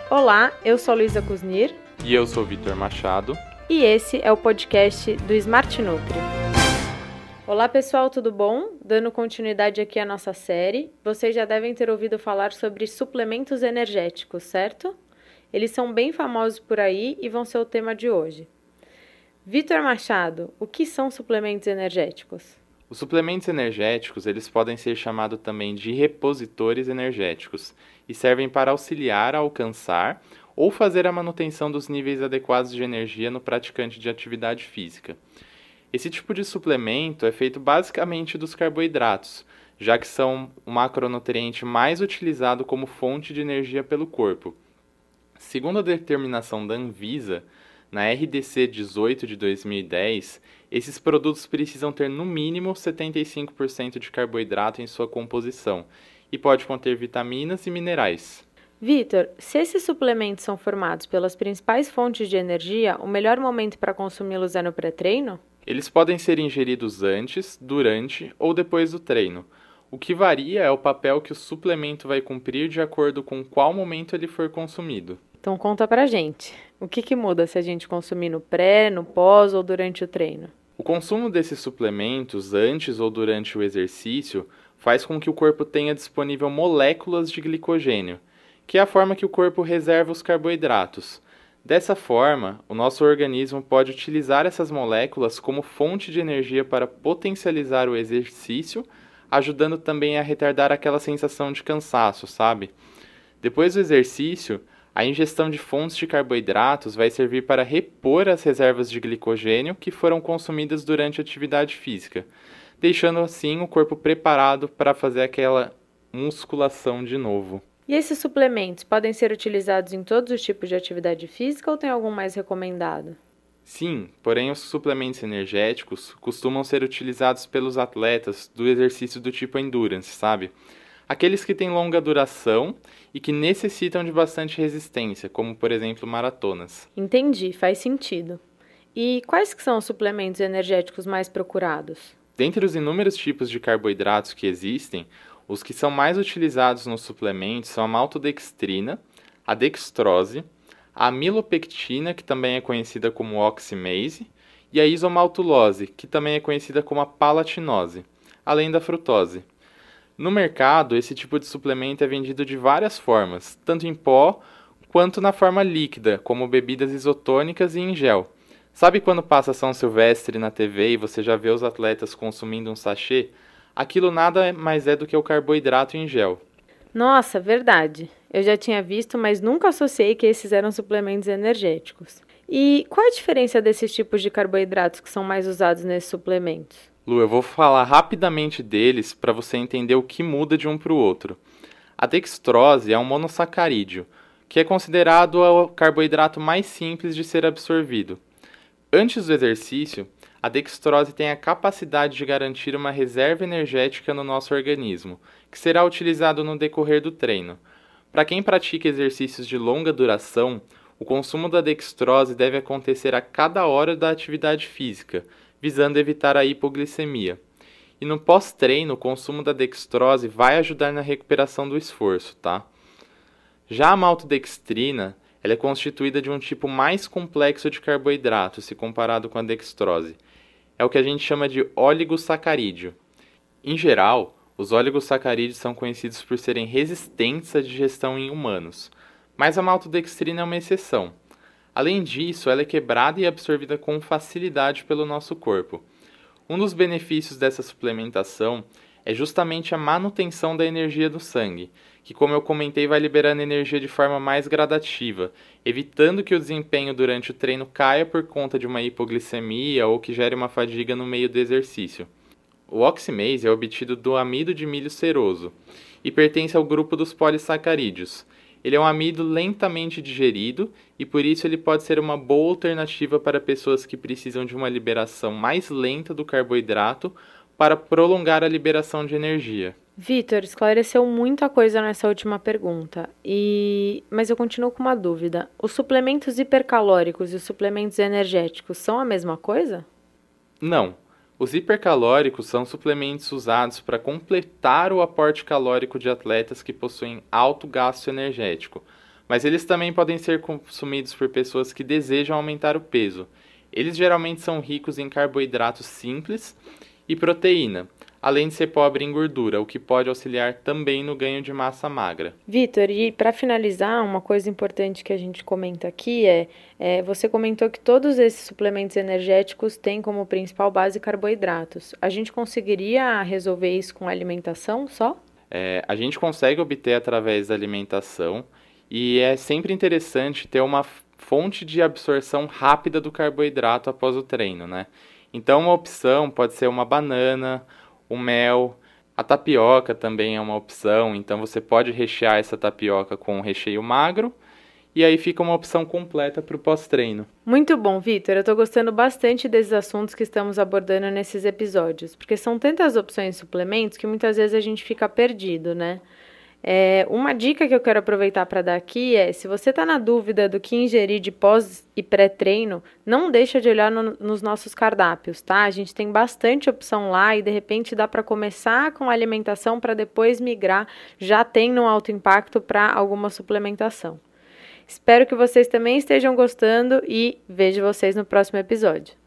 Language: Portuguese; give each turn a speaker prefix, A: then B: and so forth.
A: Olá, eu sou Luísa Kuznir.
B: E eu sou Vitor Machado.
A: E esse é o podcast do Smart Nutri. Olá pessoal, tudo bom? Dando continuidade aqui à nossa série, vocês já devem ter ouvido falar sobre suplementos energéticos, certo? Eles são bem famosos por aí e vão ser o tema de hoje. Vitor Machado, o que são suplementos energéticos?
B: Os suplementos energéticos, eles podem ser chamados também de repositores energéticos e servem para auxiliar a alcançar ou fazer a manutenção dos níveis adequados de energia no praticante de atividade física. Esse tipo de suplemento é feito basicamente dos carboidratos, já que são o macronutriente mais utilizado como fonte de energia pelo corpo. Segundo a determinação da Anvisa, na RDC 18 de 2010, esses produtos precisam ter no mínimo 75% de carboidrato em sua composição e pode conter vitaminas e minerais.
A: Vitor, se esses suplementos são formados pelas principais fontes de energia, o melhor momento para consumi-los é no pré-treino?
B: Eles podem ser ingeridos antes, durante ou depois do treino. O que varia é o papel que o suplemento vai cumprir de acordo com qual momento ele for consumido.
A: Então conta pra gente, o que muda se a gente consumir no pré, no pós ou durante o treino?
B: O consumo desses suplementos antes ou durante o exercício faz com que o corpo tenha disponível moléculas de glicogênio, que é a forma que o corpo reserva os carboidratos. Dessa forma, o nosso organismo pode utilizar essas moléculas como fonte de energia para potencializar o exercício, ajudando também a retardar aquela sensação de cansaço, sabe? Depois do exercício, a ingestão de fontes de carboidratos vai servir para repor as reservas de glicogênio que foram consumidas durante a atividade física, deixando assim o corpo preparado para fazer aquela musculação de novo.
A: E esses suplementos podem ser utilizados em todos os tipos de atividade física ou tem algum mais recomendado?
B: Sim, porém os suplementos energéticos costumam ser utilizados pelos atletas do exercício do tipo endurance, sabe? Aqueles que têm longa duração e que necessitam de bastante resistência, como por exemplo maratonas.
A: Entendi, faz sentido. E quais que são os suplementos energéticos mais procurados?
B: Dentre os inúmeros tipos de carboidratos que existem, os que são mais utilizados nos suplementos são a maltodextrina, a dextrose, a amilopectina, que também é conhecida como oximase, e a isomaltulose, que também é conhecida como a palatinose, além da frutose. No mercado, esse tipo de suplemento é vendido de várias formas, tanto em pó quanto na forma líquida, como bebidas isotônicas e em gel. Sabe quando passa São Silvestre na TV e você já vê os atletas consumindo um sachê? Aquilo nada mais é do que o carboidrato em gel.
A: Nossa, verdade. Eu já tinha visto, mas nunca associei que esses eram suplementos energéticos. E qual a diferença desses tipos de carboidratos que são mais usados nesses suplementos?
B: Lu, eu vou falar rapidamente deles para você entender o que muda de um para o outro. A dextrose é um monossacarídeo, que é considerado o carboidrato mais simples de ser absorvido. Antes do exercício, a dextrose tem a capacidade de garantir uma reserva energética no nosso organismo, que será utilizado no decorrer do treino. Para quem pratica exercícios de longa duração, o consumo da dextrose deve acontecer a cada hora da atividade física, visando evitar a hipoglicemia. E no pós-treino, o consumo da dextrose vai ajudar na recuperação do esforço, tá? Já a maltodextrina, ela é constituída de um tipo mais complexo de carboidrato, se comparado com a dextrose. É o que a gente chama de oligosacarídeo. Em geral, os oligosacarídeos são conhecidos por serem resistentes à digestão em humanos, mas a maltodextrina é uma exceção. Além disso, ela é quebrada e absorvida com facilidade pelo nosso corpo. Um dos benefícios dessa suplementação é justamente a manutenção da energia do sangue, que, como eu comentei, vai liberando energia de forma mais gradativa, evitando que o desempenho durante o treino caia por conta de uma hipoglicemia ou que gere uma fadiga no meio do exercício. O oximase é obtido do amido de milho ceroso e pertence ao grupo dos polissacarídeos. Ele é um amido lentamente digerido e por isso ele pode ser uma boa alternativa para pessoas que precisam de uma liberação mais lenta do carboidrato para prolongar a liberação de energia.
A: Vitor, esclareceu muita coisa nessa última pergunta, mas eu continuo com uma dúvida. Os suplementos hipercalóricos e os suplementos energéticos são a mesma coisa?
B: Não. Os hipercalóricos são suplementos usados para completar o aporte calórico de atletas que possuem alto gasto energético, mas eles também podem ser consumidos por pessoas que desejam aumentar o peso. Eles geralmente são ricos em carboidratos simples e proteína, além de ser pobre em gordura, o que pode auxiliar também no ganho de massa magra.
A: Vitor, e para finalizar, uma coisa importante que a gente comenta aqui você comentou que todos esses suplementos energéticos têm como principal base carboidratos. A gente conseguiria resolver isso com alimentação só?
B: A gente consegue obter através da alimentação e é sempre interessante ter uma fonte de absorção rápida do carboidrato após o treino, né? Então, uma opção pode ser uma banana, o mel, a tapioca também é uma opção, então você pode rechear essa tapioca com um recheio magro e aí fica uma opção completa para o pós-treino.
A: Muito bom, Vitor. Eu estou gostando bastante desses assuntos que estamos abordando nesses episódios, porque são tantas opções de suplementos que muitas vezes a gente fica perdido, né? Uma dica que eu quero aproveitar para dar aqui se você está na dúvida do que ingerir de pós e pré-treino, não deixa de olhar nos nossos cardápios, tá? A gente tem bastante opção lá e de repente dá para começar com alimentação para depois migrar, já tendo um alto impacto para alguma suplementação. Espero que vocês também estejam gostando e vejo vocês no próximo episódio.